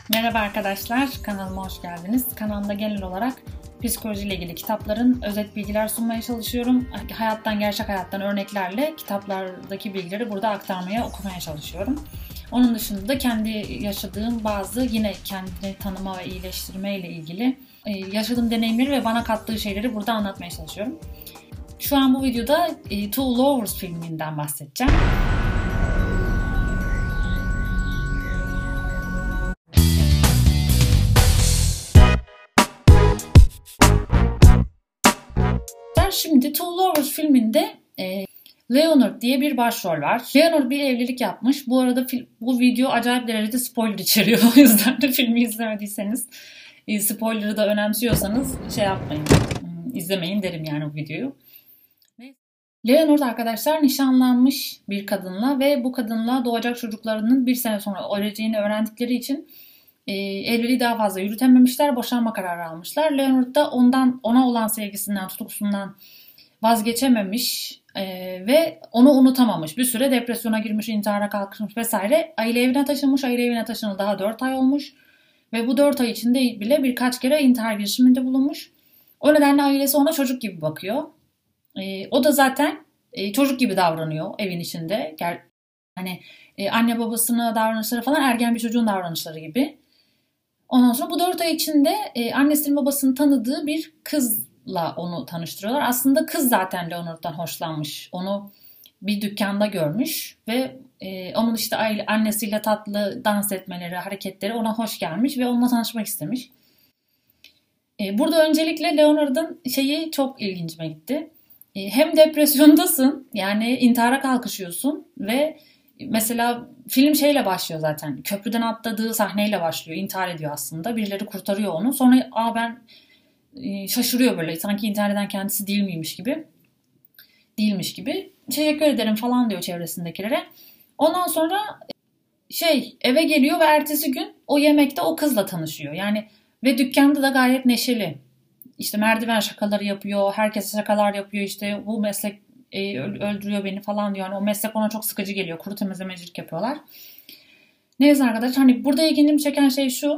Merhaba arkadaşlar, kanalıma hoş geldiniz. Kanalımda genel olarak psikolojiyle ilgili kitapların özet bilgiler sunmaya çalışıyorum. Gerçek hayattan örneklerle kitaplardaki bilgileri burada aktarmaya, okumaya çalışıyorum. Onun dışında da kendi yaşadığım bazı yine kendini tanıma ve iyileştirme ile ilgili yaşadığım deneyimleri ve bana kattığı şeyleri burada anlatmaya çalışıyorum. Şu an bu videoda Two Lovers filminden bahsedeceğim. Şimdi Two Lovers filminde Leonard diye bir başrol var. Leonard bir evlilik yapmış. Bu arada bu video acayip derecede spoiler içeriyor. O yüzden de filmi izlemediyseniz, spoiler'ı da önemsiyorsanız yapmayın, izlemeyin derim yani o videoyu. Leonard arkadaşlar nişanlanmış bir kadınla ve bu kadınla doğacak çocuklarının bir sene sonra öleceğini öğrendikleri için evliliği daha fazla yürütememişler, boşanma kararı almışlar. Leonard da ona olan sevgisinden, tutkusundan vazgeçememiş ve onu unutamamış. Bir süre depresyona girmiş, intihara kalkışmış vesaire. Aile evine taşınmış. Aile evine taşınalı daha 4 ay olmuş. Ve bu 4 ay içinde bile birkaç kere intihar girişiminde bulunmuş. O nedenle ailesi ona çocuk gibi bakıyor. O da zaten çocuk gibi davranıyor evin içinde. Hani anne babasına davranışları falan ergen bir çocuğun davranışları gibi. Ondan sonra bu 4 ay içinde annesinin babasını tanıdığı bir kızla onu tanıştırıyorlar. Aslında kız zaten Leonard'dan hoşlanmış. Onu bir dükkanda görmüş ve onun işte annesiyle tatlı dans etmeleri, hareketleri ona hoş gelmiş ve onunla tanışmak istemiş. Burada öncelikle Leonard'ın çok ilgincime gitti. Hem depresyondasın, yani intihara kalkışıyorsun ve mesela film başlıyor zaten. Köprüden atladığı sahneyle başlıyor. İntihar ediyor aslında. Birileri kurtarıyor onu. Sonra şaşırıyor böyle. Sanki intihar eden kendisi değilmiş gibi. Teşekkür ederim falan diyor çevresindekilere. Ondan sonra eve geliyor ve ertesi gün o yemekte o kızla tanışıyor. Yani ve dükkanda da gayet neşeli. İşte merdiven şakaları yapıyor. Herkese şakalar yapıyor. İşte bu meslek öldürüyor beni falan diyor. Yani o meslek ona çok sıkıcı geliyor. Kuru temizlemecilik yapıyorlar. Neyse arkadaşlar, burada ilgimi çeken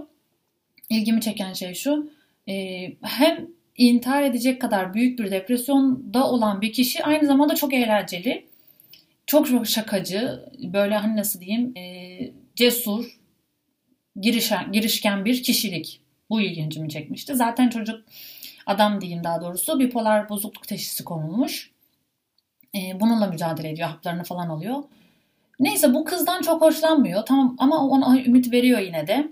şey şu. Hem intihar edecek kadar büyük bir depresyonda olan bir kişi aynı zamanda çok eğlenceli. Çok çok şakacı. Böyle nasıl diyeyim, cesur, girişken bir kişilik. Bu ilgincimi çekmişti. Zaten adam diyeyim daha doğrusu, bipolar bozukluk teşhisi konulmuş. Bununla mücadele ediyor. Haplarını falan alıyor. Neyse, bu kızdan çok hoşlanmıyor. Tamam, ama ona ümit veriyor yine de.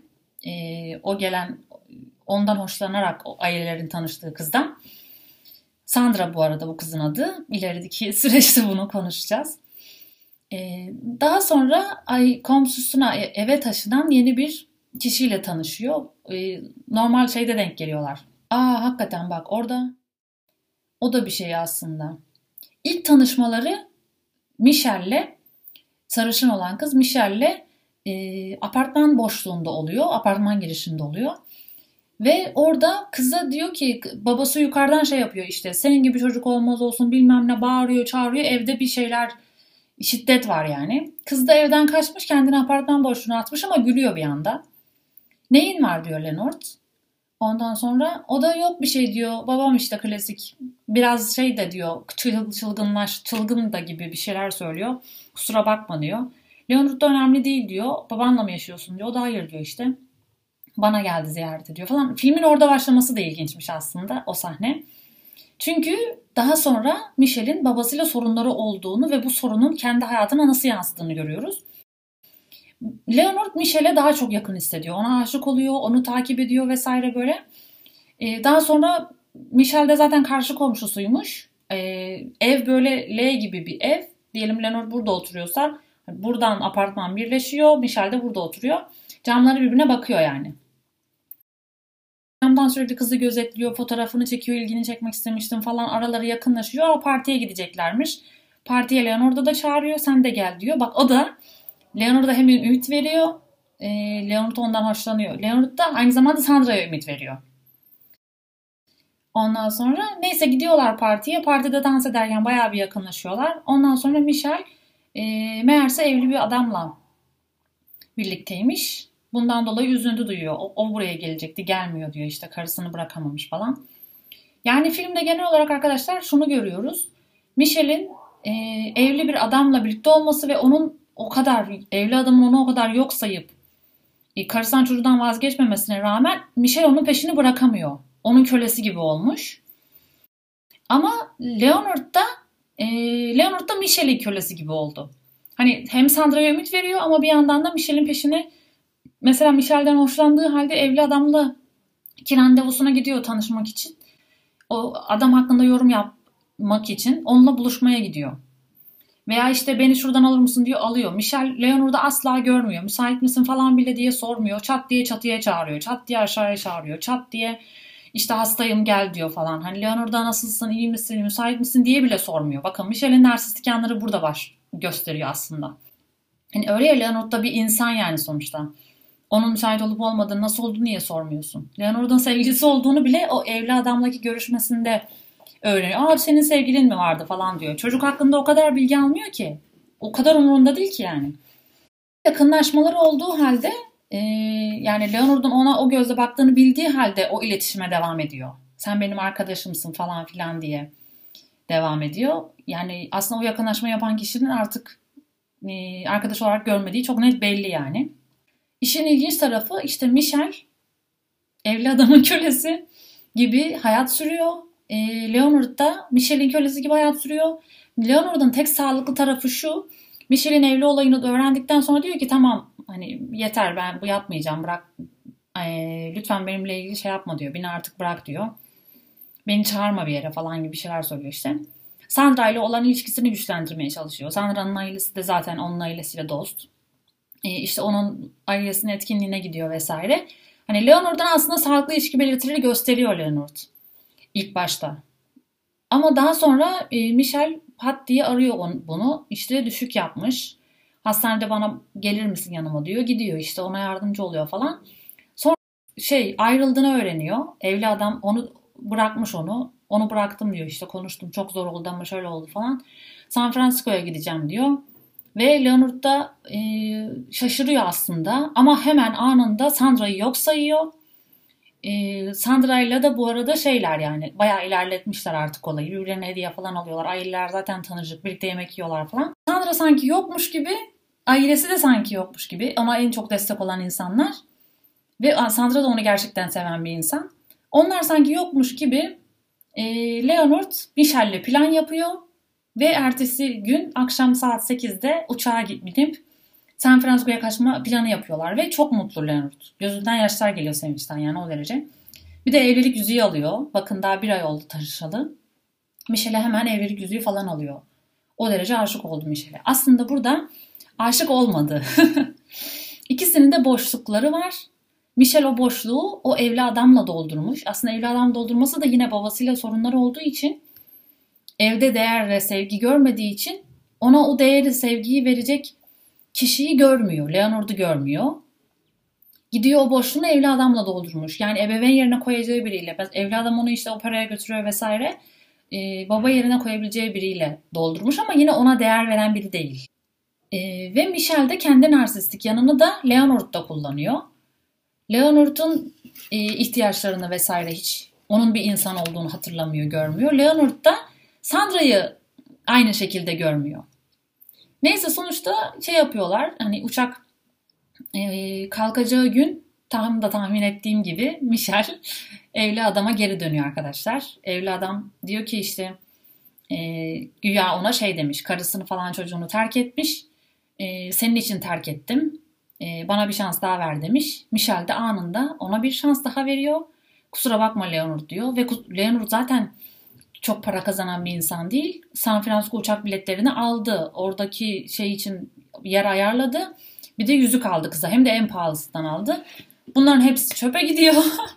Ondan hoşlanarak o ailelerin tanıştığı kızdan. Sandra bu arada bu kızın adı. İlerideki süreçte bunu konuşacağız. Daha sonra komşusuna eve taşınan yeni bir kişiyle tanışıyor. Normal denk geliyorlar. Hakikaten bak, orada o da bir şey aslında. İlk tanışmaları Michelle'le, sarışın olan kız Michelle'le apartman boşluğunda oluyor. Apartman girişinde oluyor. Ve orada kıza diyor ki, babası yukarıdan yapıyor işte. Senin gibi çocuk olmaz olsun bilmem ne, bağırıyor çağırıyor. Evde bir şeyler, şiddet var yani. Kız da evden kaçmış, kendini apartman boşluğuna atmış ama gülüyor bir anda. Neyin var diyor Leonard. Ondan sonra o da yok bir şey diyor. Babam işte klasik. Biraz de diyor, çılgın da gibi bir şeyler söylüyor. Kusura bakma diyor. Leonard da önemli değil diyor. Babanla mı yaşıyorsun diyor. O da hayır diyor işte. Bana geldi ziyaret ediyor falan. Filmin orada başlaması da ilginçmiş aslında, o sahne. Çünkü daha sonra Michelle'in babasıyla sorunları olduğunu ve bu sorunun kendi hayatına nasıl yansıdığını görüyoruz. Leonard Michelle'e daha çok yakın hissediyor. Ona aşık oluyor, onu takip ediyor vesaire böyle. Daha sonra Michelle de zaten karşı komşusuymuş. Ev böyle L gibi bir ev. Diyelim Leonard burada oturuyorsa buradan apartman birleşiyor. Michelle de burada oturuyor. Camları birbirine bakıyor yani. Camdan sürekli kızı gözetliyor, fotoğrafını çekiyor, ilgini çekmek istemiştim falan, araları yakınlaşıyor. Partiye gideceklermiş. Partiye Leonard'ı da çağırıyor, sen de gel diyor. Bak, o da Leonard'a hem ümit veriyor, Leonard ondan hoşlanıyor. Leonard da aynı zamanda Sandra'ya ümit veriyor. Ondan sonra neyse gidiyorlar partiye. Partide dans ederken bayağı bir yakınlaşıyorlar. Ondan sonra Michelle meğerse evli bir adamla birlikteymiş. Bundan dolayı üzüntü duyuyor. O buraya gelecekti, gelmiyor diyor, işte karısını bırakamamış falan. Yani filmde genel olarak arkadaşlar şunu görüyoruz. Michelle'in evli bir adamla birlikte olması ve onun o kadar, evli adamın onu o kadar yok sayıp karısından çocuğundan vazgeçmemesine rağmen Michelle onun peşini bırakamıyor. Onun kölesi gibi olmuş. Ama Leonard da Michelle'in kölesi gibi oldu. Hani hem Sandra'ya ümit veriyor ama bir yandan da Michelle'in peşini, mesela Michelle'den hoşlandığı halde evli adamla randevusuna gidiyor tanışmak için. O adam hakkında yorum yapmak için onunla buluşmaya gidiyor. Veya işte beni şuradan alır mısın diyor, alıyor. Michelle Leonard'ı asla görmüyor. Müsait misin falan bile diye sormuyor. Çat diye çatıya çağırıyor. Çat diye aşağıya çağırıyor. Çat diye işte hastayım gel diyor falan. Hani Leonard'a nasılsın, iyi misin, müsait misin diye bile sormuyor. Bakın Michelle'in narsistik yanları burada gösteriyor aslında. Hani öyle ya, Leonard da bir insan yani sonuçta. Onun müsait olup olmadığını, nasıl olduğunu niye sormuyorsun? Leonard'ın sevgilisi olduğunu bile o evli adamlaki görüşmesinde öğreniyor. Aa, senin sevgilin mi vardı falan diyor. Çocuk hakkında o kadar bilgi almıyor ki. O kadar umurunda değil ki yani. Yakınlaşmaları olduğu halde yani Leonard'ın ona o gözle baktığını bildiği halde o iletişime devam ediyor. Sen benim arkadaşımsın falan filan diye devam ediyor. Yani aslında o yakınlaşma yapan kişinin artık arkadaş olarak görmediği çok net belli yani. İşin ilginç tarafı işte Michelle evli adamın kölesi gibi hayat sürüyor. Leonard da Michelle'in kölesi gibi hayat sürüyor. Leonard'ın tek sağlıklı tarafı şu: Michelle'in evli olayını da öğrendikten sonra diyor ki tamam hani yeter, ben bu yapmayacağım, bırak, lütfen benimle ilgili şey yapma diyor. Beni artık bırak diyor. Beni çağırma bir yere falan gibi bir şeyler söylüyor işte. Sandra ile olan ilişkisini güçlendirmeye çalışıyor. Sandra'nın ailesi de zaten onun ailesiyle dost. İşte onun ailesinin etkinliğine gidiyor vesaire. Hani Leonard'dan aslında sağlıklı ilişki belirtileri gösteriyor Leonard ilk başta. Ama daha sonra Michelle pat diye arıyor bunu. İşte düşük yapmış. Hastanede bana gelir misin yanıma diyor. Gidiyor işte, ona yardımcı oluyor falan. Sonra ayrıldığını öğreniyor. Evli adam onu bırakmış onu. Onu bıraktım diyor, işte konuştum çok zor oldu ama şöyle oldu falan. San Francisco'ya gideceğim diyor. Ve Leonard da şaşırıyor aslında ama hemen anında Sandra'yı yok sayıyor. Sandra'yla da bu arada şeyler yani bayağı ilerletmişler artık olayı. Birbirlerine hediye falan alıyorlar. Aileler zaten tanışık, birlikte yemek yiyorlar falan. Sandra sanki yokmuş gibi, ailesi de sanki yokmuş gibi. Ona en çok destek olan insanlar. Ve Sandra da onu gerçekten seven bir insan. Onlar sanki yokmuş gibi Leonard Michelle'le plan yapıyor. Ve ertesi gün akşam saat 8'de uçağa binip San Francisco'ya kaçma planı yapıyorlar. Ve çok mutlu Leonard. Gözünden yaşlar geliyor sevinçten yani, o derece. Bir de evlilik yüzüğü alıyor. Bakın daha 1 ay oldu tanışalı. Michelle'e hemen evlilik yüzüğü falan alıyor. O derece aşık oldu Michelle'e. Aslında burada aşık olmadı. İkisinin de boşlukları var. Michelle o boşluğu o evli adamla doldurmuş. Aslında evli adam doldurması da yine babasıyla sorunları olduğu için, evde değer ve sevgi görmediği için ona o değeri, sevgiyi verecek kişiyi görmüyor. Leonard'ı görmüyor. Gidiyor o boşluğunu evli adamla doldurmuş. Yani ebeveyn yerine koyacağı biriyle. Evli adam onu işte operaya götürüyor vesaire. Baba yerine koyabileceği biriyle doldurmuş ama yine ona değer veren biri değil. Ve Michelle de kendi narsistik yanını da Leonard'da kullanıyor. Leonard'ın ihtiyaçlarını vesaire hiç onun bir insan olduğunu hatırlamıyor, görmüyor. Leonard da Sandra'yı aynı şekilde görmüyor. Neyse sonuçta yapıyorlar. Hani uçak kalkacağı gün tam da tahmin ettiğim gibi Michelle evli adama geri dönüyor arkadaşlar. Evli adam diyor ki işte güya ona demiş, karısını falan çocuğunu terk etmiş. Senin için terk ettim. Bana bir şans daha ver demiş. Michelle de anında ona bir şans daha veriyor. Kusura bakma Leonard diyor. Ve Leonard zaten çok para kazanan bir insan değil. San Francisco uçak biletlerini aldı. Oradaki için yer ayarladı. Bir de yüzük aldı kıza. Hem de en pahalısından aldı. Bunların hepsi çöpe gidiyor.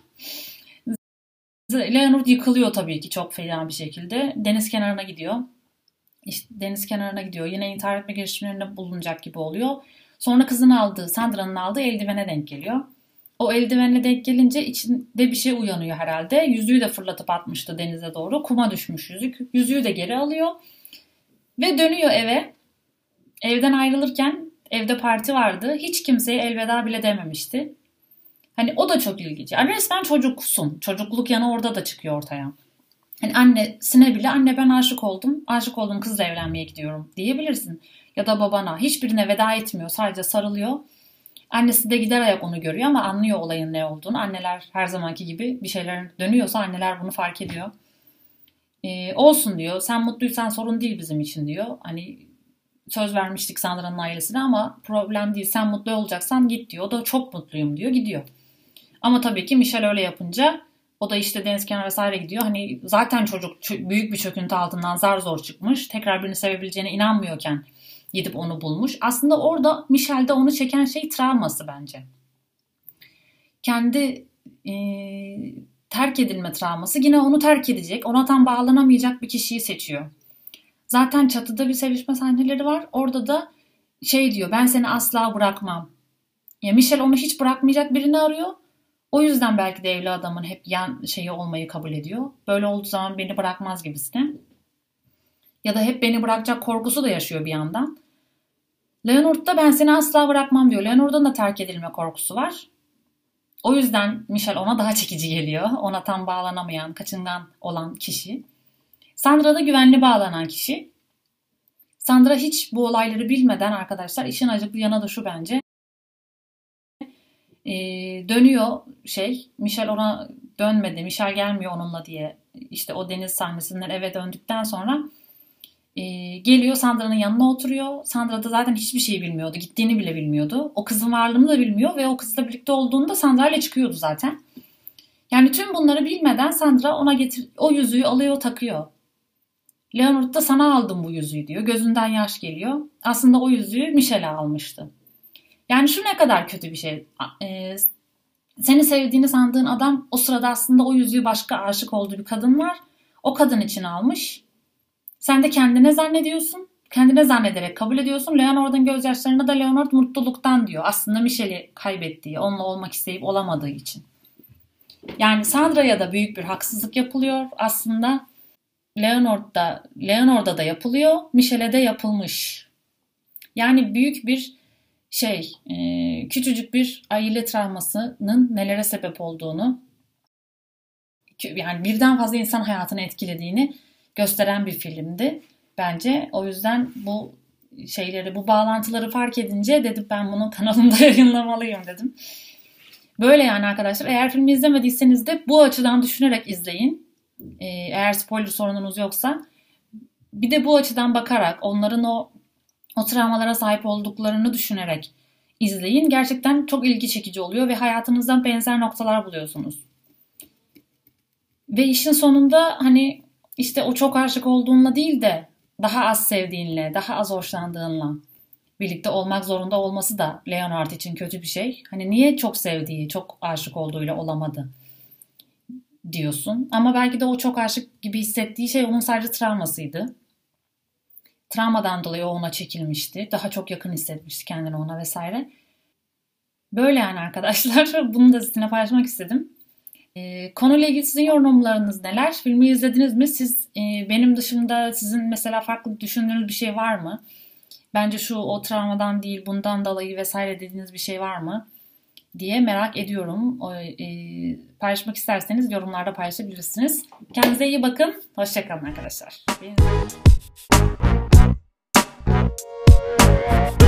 Leonard yıkılıyor tabii ki çok fena bir şekilde. Deniz kenarına gidiyor. İşte deniz kenarına gidiyor. Yine intihar etme girişimlerinde bulunacak gibi oluyor. Sonra kızın aldığı, Sandra'nın aldığı eldivene denk geliyor. O eldivenle denk gelince içinde bir şey uyanıyor herhalde. Yüzüğü de fırlatıp atmıştı denize doğru. Kuma düşmüş yüzük. Yüzüğü de geri alıyor. Ve dönüyor eve. Evden ayrılırken Evde parti vardı. Hiç kimseye elveda bile dememişti. Hani o da çok ilginç. Yani resmen çocuksun. Çocukluk yanı orada da çıkıyor ortaya. Hani annesine bile anne ben aşık oldum. Aşık olduğum kızla evlenmeye gidiyorum diyebilirsin. Ya da babana hiçbirine veda etmiyor. Sadece sarılıyor. Annesi de gider ayak onu görüyor ama anlıyor olayın ne olduğunu. Anneler her zamanki gibi bir şeyler dönüyorsa anneler bunu fark ediyor. Olsun diyor. Sen mutluysan sorun değil bizim için diyor. Hani söz vermiştik Sandra'nın ailesine ama problem değil. Sen mutlu olacaksan git diyor. O da çok mutluyum diyor. Gidiyor. Ama tabii ki Michel öyle yapınca o da işte deniz kenarı vesaire gidiyor. Hani zaten çocuk büyük bir çöküntü altından zar zor çıkmış. Tekrar birini sevebileceğine inanmıyorken gidip onu bulmuş. Aslında orada Michel'de onu çeken şey travması bence. Kendi terk edilme travması. Yine onu terk edecek. Ona tam bağlanamayacak bir kişiyi seçiyor. Zaten çatıda bir sevişme sahneleri var. Orada da şey diyor, ben seni asla bırakmam. Ya Michel onu hiç bırakmayacak birini arıyor. O yüzden belki de evli adamın hep yan şeyi olmayı kabul ediyor. Böyle olduğu zaman beni bırakmaz gibisine. Ya da hep beni bırakacak korkusu da yaşıyor bir yandan. Leonard da ben seni asla bırakmam diyor. Leonard'ın da terk edilme korkusu var. O yüzden Michel ona daha çekici geliyor. Ona tam bağlanamayan, kaçıngan olan kişi. Sandra da güvenli bağlanan kişi. Sandra hiç bu olayları bilmeden arkadaşlar, işin acıklı yanı da şu bence. Dönüyor Michel ona dönmedi, Michel gelmiyor onunla diye. İşte o deniz sahnesinden eve döndükten sonra geliyor Sandra'nın yanına oturuyor. Sandra da zaten hiçbir şey bilmiyordu. Gittiğini bile bilmiyordu. O kızın varlığını da bilmiyor ve o kızla birlikte olduğunda Sandra ile çıkıyordu zaten. Yani tüm bunları bilmeden Sandra ona o yüzüğü alıyor, takıyor. Leonard da sana aldım bu yüzüğü diyor. Gözünden yaş geliyor. Aslında o yüzüğü Michel'e almıştı. Yani şu ne kadar kötü bir şey. Seni sevdiğini sandığın adam o sırada aslında o yüzüğü başka aşık olduğu bir kadın var. O kadın için almış. Sen de kendine zannediyorsun. Kendine zannederek kabul ediyorsun. Leonard'ın gözyaşlarına da Leonard mutluluktan diyor. Aslında Michel'i kaybettiği, onunla olmak isteyip olamadığı için. Yani Sandra'ya da büyük bir haksızlık yapılıyor. Aslında Leonard'a da yapılıyor. Michel'e de yapılmış. Yani büyük bir küçücük bir aile travmasının nelere sebep olduğunu, yani birden fazla insan hayatını etkilediğini gösteren bir filmdi bence. O yüzden bu bağlantıları fark edince dedim ben bunu kanalımda yayınlamalıyım dedim. Böyle yani arkadaşlar, eğer filmi izlemediyseniz de bu açıdan düşünerek izleyin. Eğer spoiler sorununuz yoksa. Bir de bu açıdan bakarak onların o travmalara sahip olduklarını düşünerek izleyin. Gerçekten çok ilgi çekici oluyor ve hayatınızdan benzer noktalar buluyorsunuz. Ve işin sonunda hani işte o çok aşık olduğunla değil de daha az sevdiğinle, daha az hoşlandığınla birlikte olmak zorunda olması da Leonard için kötü bir şey. Hani niye çok sevdiği, çok aşık olduğuyla olamadı diyorsun. Ama belki de o çok aşık gibi hissettiği şey onun sadece travmasıydı. Travmadan dolayı o ona çekilmişti. Daha çok yakın hissetmişti kendini ona vesaire. Böyle yani arkadaşlar. Bunu da sizinle paylaşmak istedim. Konuyla ilgili sizin yorumlarınız neler? Filmi izlediniz mi? Siz benim dışımda sizin mesela farklı düşündüğünüz bir şey var mı? Bence o travmadan değil bundan dolayı vesaire dediğiniz bir şey var mı diye merak ediyorum. Paylaşmak isterseniz yorumlarda paylaşabilirsiniz. Kendinize iyi bakın. Hoşça kalın arkadaşlar.